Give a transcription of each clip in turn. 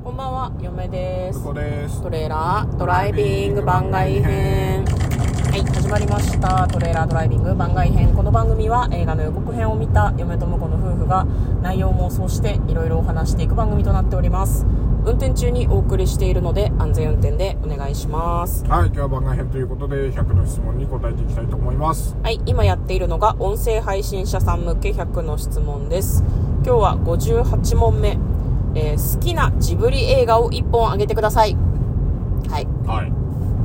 こんばんは、嫁です。 ここです。 トレーラードライビング番外編。はい、始まりました。トレーラードライビング番外編。この番組は映画の予告編を見た嫁と婿の夫婦が内容を妄想していろいろお話していく番組となっております。運転中にお送りしているので安全運転でお願いします。 はい、今日は番外編ということで100の質問に答えていきたいと思います。 はい、今やっているのが音声配信者さん向け100の質問です。今日は58問目。好きなジブリ映画を1本あげてください。はい、 はい、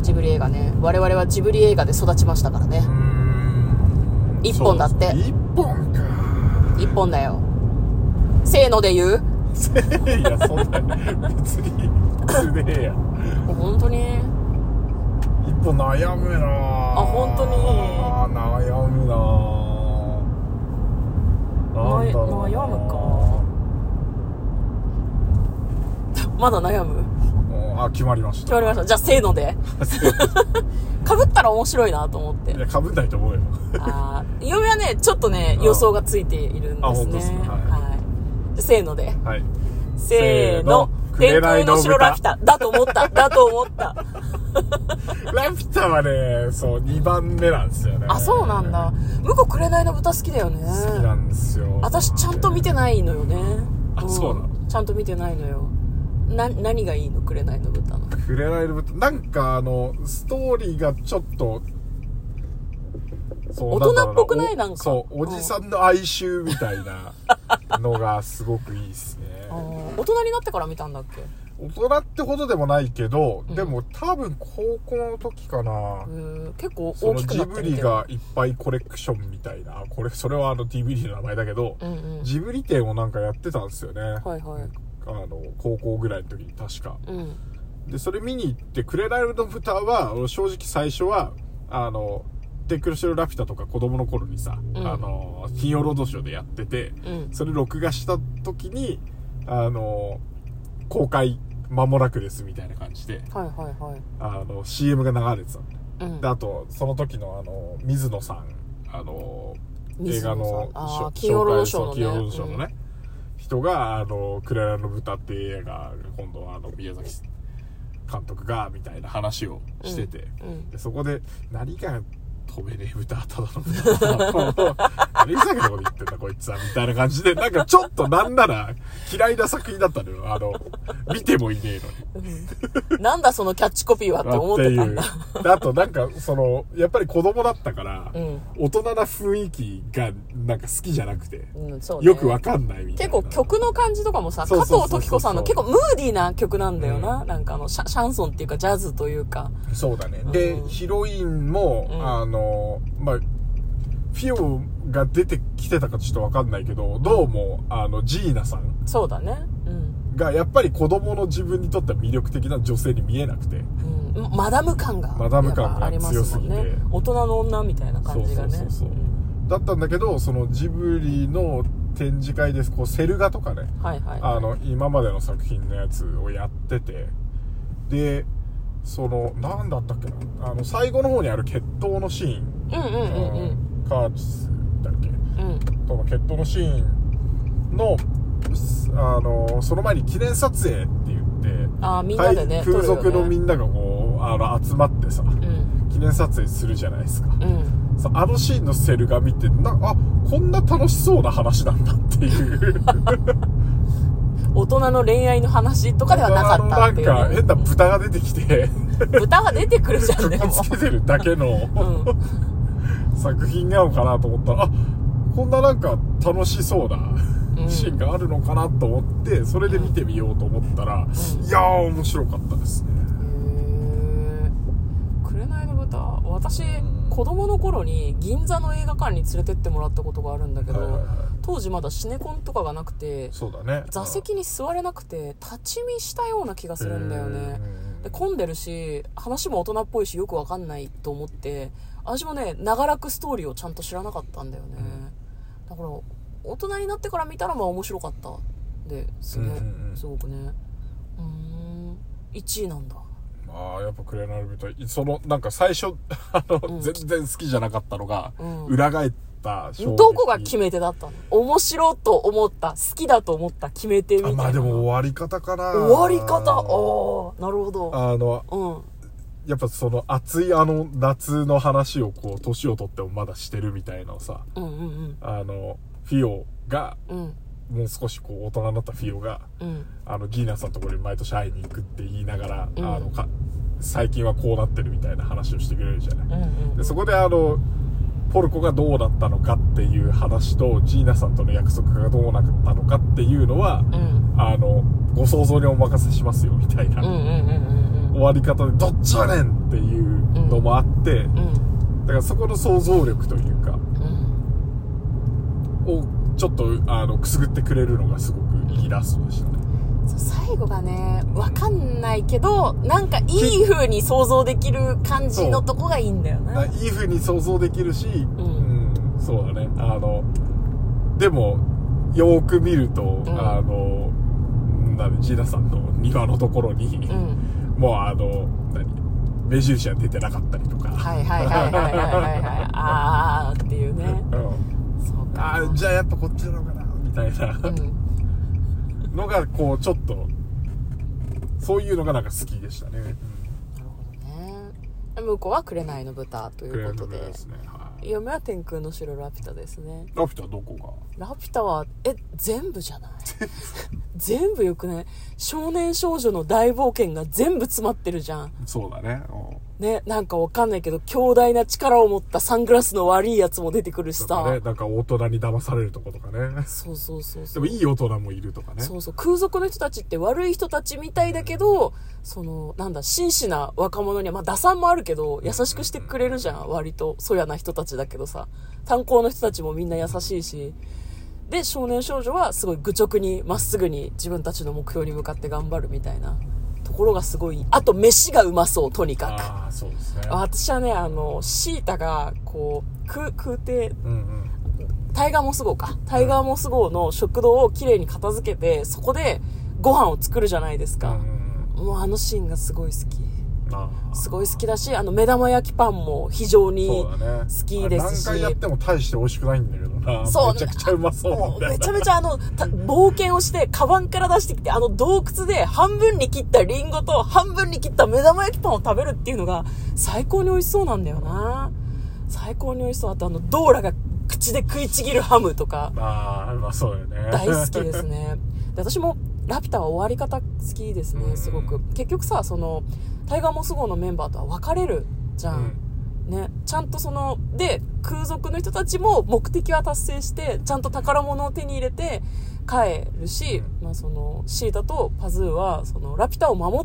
ジブリ映画ね。我々はジブリ映画で育ちましたからね。1本だって。 1本か。 1本だよ。せーので言う？ いや、そんな別に普通でええやん。 本当に 1本悩むなあ。 本当に悩むなあ。 悩むか。まだ悩む？ 決まりました。 決まりました。じゃあせーので。かぶったら面白いなと思って。 いや、かぶんないと思うよ。 嫁はね、ちょっとね、予想がついているんですね。 本当ですか。はい。 じゃあせーので。 はい。 せーの。天空の城ラピュタ。だと思った。ラピュタはね、そう、2番目なんですよね。 そうなんだ。向こう紅の豚好きだよね。 好きなんですよ。 私ちゃんと見てないのよね。 そうなの？ ちゃんと見てないのよ。何がいいの？紅の豚の。 紅の豚。なんかストーリーがちょっと、 大人っぽくない？なんか。 そう、おじさんの哀愁みたいなのがすごくいいですね。 大人になってから見たんだっけ？ 大人ってほどでもないけど、でも多分高校の時かな。 結構大きくなってジブリがいっぱいコレクションみたいな、それはDVD の名前だけど、ジブリ展をなんかやってたんですよね。はいはい。高校ぐらいの時に確か。で、それ見に行って、紅の豚は、正直最初は、天空の城ラピュタとか子供の頃にさ、金曜ロードショーでやってて、それ録画した時に、公開間もなくですみたいな感じで、CM が流れてたの。で、あと、その時の水野さん、映画の金曜ロードショーのね、人が、紅の豚っていう映画、今度宮崎監督が、みたいな話をしてて、でそこで、何が飛べねえ豚、ただの豚。何ふざけたこと言ってんだ、こいつは、みたいな感じで、なんかちょっとなんなら嫌いな作品だったのよ。見てもいねえのに。なんだそのキャッチコピーはって思ってたんだ。 であとなんか、やっぱり子供だったから、大人な雰囲気がなんか好きじゃなくて、よくわかんないみたいな。 結構曲の感じとかもさ、加藤登紀子さんの結構ムーディーな曲なんだよな。なんかシャンソンっていうかジャズというか。 そうだね。で、ヒロインも、フィオが出てきてたかちょっとわかんないけど、どうも、ジーナさん。 そうだね。 が、やっぱり子供の自分にとっては魅力的な女性に見えなくて。 マダム感が強すぎて。 大人の女みたいな感じがね。 そう。だったんだけど、そのジブリの展示会で、こう、セル画とかね。今までの作品のやつをやってて。で、なんだったっけな。最後の方にある決闘のシーン。カーチスだっけ、との決闘のシーンの、その前に記念撮影って言って、 みんなでね、 風俗のみんながこう、集まってさ、記念撮影するじゃないですか。あのシーンのセルが見て、こんな楽しそうな話なんだっていう。 大人の恋愛の話とかではなかったっていう、ね。 なんか変な豚が出てきて。 豚が出てくるじゃん、でも。 つけてるだけの、作品なのかなと思ったら、こんななんか楽しそうなシーンがあるのかなと思って、それで見てみようと思ったら、いやー面白かったですね。 紅の豚、私、子供の頃に銀座の映画館に連れてってもらったことがあるんだけど、当時まだシネコンとかがなくて、 そうだね、 座席に座れなくて立ち見したような気がするんだよね。で、混んでるし話も大人っぽいしよくわかんないと思って、私もね長らくストーリーをちゃんと知らなかったんだよね。だから大人になってから見たら面白かったですね。すごくね。1位なんだ。 やっぱ紅の豚、なんか最初全然好きじゃなかったのが、裏返っったどこが決め手だったの？面白と思った、好きだと思った決め手みたいな。 まあでも終わり方かな。 終わり方、なるほど。 やっぱその熱い夏の話をこう年を取ってもまだしてるみたいなさ、フィオが、もう少しこう大人になったフィオが、ギーナさんのところに毎年会いに行くって言いながら、最近はこうなってるみたいな話をしてくれるじゃない、でそこでポルコがどうなったのかっていう話とジーナさんとの約束がどうなったのかっていうのは、ご想像にお任せしますよみたいな、終わり方でどっちやねんっていうのもあって、だからそこの想像力というか、をちょっとくすぐってくれるのがすごくいいラストでしたね。 最後がね分かんないけどなんかいい風に想像できる感じのとこがいいんだよな。 いい風に想像できるし、そうだね。でもよーく見ると、ジーナさんの庭のところに、もう目印は出てなかったりとか、 あーっていうね、 そうか、じゃあやっぱこっちなのかなみたいな、のがこうちょっとそういうのがなんか好きでしたね。なるほどね。向こうは紅の豚ということで、 ですね、 嫁は天空の城ラピュタですね。 ラピュタどこが？ラピュタは全部じゃない？全部よくね。少年少女の大冒険が全部詰まってるじゃん。 そうだね。 ね、なんかわかんないけど強大な力を持ったサングラスの悪いやつも出てくるしさ、 ね、なんか大人に騙されるとことかね。 そうでもいい大人もいるとかね。 そう空賊の人たちって悪い人たちみたいだけど、真摯な若者には打算もあるけど優しくしてくれるじゃん。割とそやな人たちだけどさ、炭鉱の人たちもみんな優しいし、で少年少女はすごい愚直にまっすぐに自分たちの目標に向かって頑張るみたいなところがすごい。あと飯がうまそう、とにかく。 そうですね。 私はねシータがこう空挺、タイガーモス号の食堂をきれいに片付けてそこでご飯を作るじゃないですか、もうシーンがすごい好き。すごい好きだし、目玉焼きパンも非常に好きですし、 何回やっても大して美味しくないんだけどな。めちゃくちゃうまそうなんだよ。 めちゃめちゃ冒険をしてカバンから出してきて洞窟で半分に切ったリンゴと半分に切った目玉焼きパンを食べるっていうのが最高に美味しそうなんだよな。最高に美味しそう。あとドーラが口で食いちぎるハムとか、 そうよね。 大好きですね。で私もラピュタは終わり方好きですね、すごく。結局さ、タイガーモス号のメンバーとは別れるじゃん、ね、ちゃんとで空賊の人たちも目的は達成してちゃんと宝物を手に入れて帰るし、シータとパズーはラピュタを守って、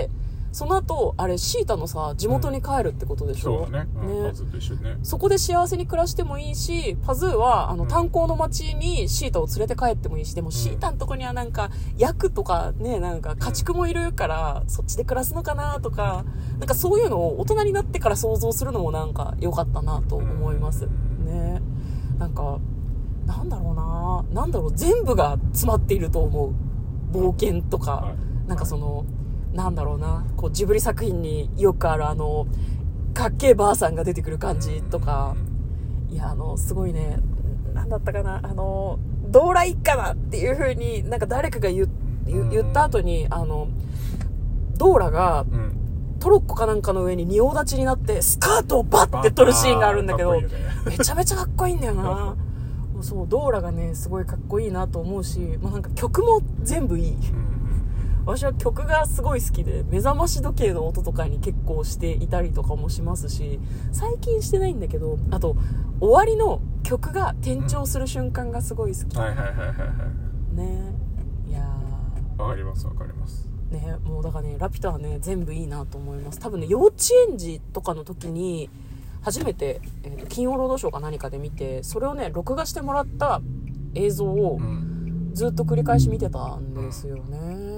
その後シータのさ地元に帰るってことでしょ、 そうだね、パズーと一緒にね。 そこで幸せに暮らしてもいいし、パズーは炭鉱の町にシータを連れて帰ってもいいし、でもシータのとこにはなんかヤクとかね、なんか家畜もいるからそっちで暮らすのかなとか、なんかそういうのを大人になってから想像するのもなんか良かったなと思いますね。なんかなんだろう、全部が詰まっていると思う。冒険とか、なんかなんだろうな、こうジブリ作品によくあるかっけえばあさんが出てくる感じとか、いやすごいね、なんだったかな、ドーラ一家だっていう風になんか誰かが言った後にドーラがトロッコかなんかの上に仁王立ちになってスカートをバッて取るシーンがあるんだけど、めちゃめちゃかっこいいんだよな。そう、ドーラがねすごいかっこいいなと思うし、なんか曲も全部いい。私は曲がすごい好きで、目覚まし時計の音とかに結構していたりとかもしますし、最近してないんだけど、あと終わりの曲が転調する瞬間がすごい好き、ね。いやー、 わかりますね。もうだからね、ラピュタはね全部いいなと思います。多分ね、幼稚園児とかの時に初めて、金曜ロードショーか何かで見て、それをね録画してもらった映像をずっと繰り返し見てたんですよね。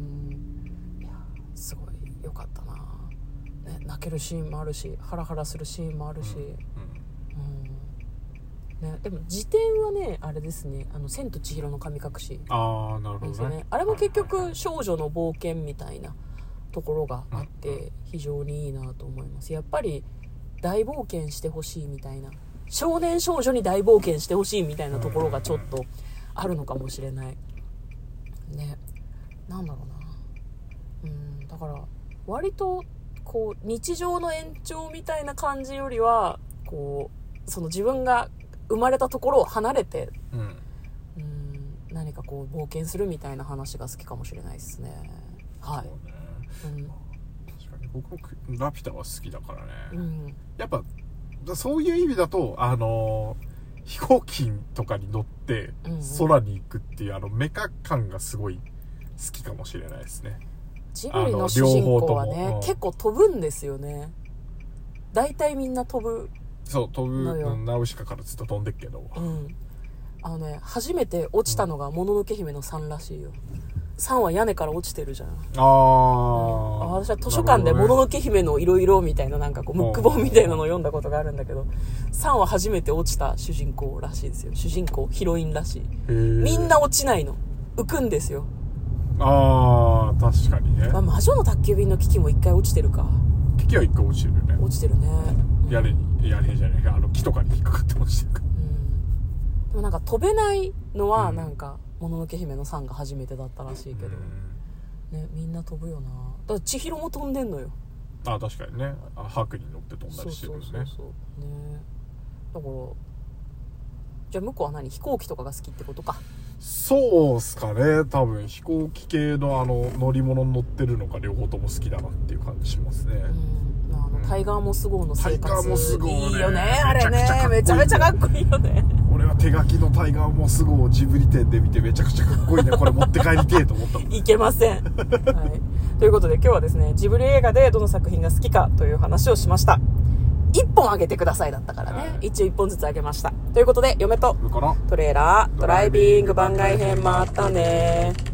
すごい良かったな、ね、泣けるシーンもあるしハラハラするシーンもあるし、ね、でも辞典はねあれですね、千と千尋の神隠し、 なるほどね。 あれも結局少女の冒険みたいなところがあって非常にいいなと思います。やっぱり大冒険してほしいみたいな少年少女に大冒険してほしいみたいなところがちょっとあるのかもしれないね。なんだろうな、だから割とこう日常の延長みたいな感じよりはこうその自分が生まれたところを離れて、何かこう冒険するみたいな話が好きかもしれないですね。はい。 そうね、確かに僕もラピュタは好きだからね、やっぱそういう意味だと飛行機とかに乗って空に行くっていうメカ感がすごい好きかもしれないですね。 ジブリの主人公はね、結構飛ぶんですよね。大体みんな飛ぶ。 そう飛ぶ。ナウシカからずっと飛んでっけど、 初めて落ちたのがもののけ姫の3らしいよ。3は屋根から落ちてるじゃん。私は図書館でもののけ姫のいろいろみたいな、なんかこうムック本みたいなのを読んだことがあるんだけど、3は初めて落ちた主人公らしいですよ。主人公ヒロインらしい。みんな落ちないの、浮くんですよ。 確かにね。 魔女の宅急便のキキも一回落ちてるか。 キキは一回落ちてるね。 落ちてるね。 屋根じゃない木とかに引っかかって落ちてるか。 でもなんか飛べないのはなんか、もののけ姫の3が初めてだったらしいけど、ね、みんな飛ぶよな。だから千尋も飛んでんのよ。 確かにね。白に乗って飛んだりしてるよね。そうね。 だからじゃあ向こうは何、飛行機とかが好きってことか。 そうっすかね。多分飛行機系の乗り物に乗ってるのが両方とも好きだなっていう感じしますね。 タイガーモス号の生活タイガーモス号ね、 いいよね。あれね、めちゃめちゃかっこいいよね。 俺は手書きのタイガーモス号をジブリ店で見てめちゃくちゃかっこいいね。これ持って帰りてえと思ったもん。 いけません、はい、ということで今日はですね、ジブリ映画でどの作品が好きかという話をしました。1本あげてくださいだったからね、一応1本ずつあげました。ということで嫁とトレーラードライビング番外編、またね。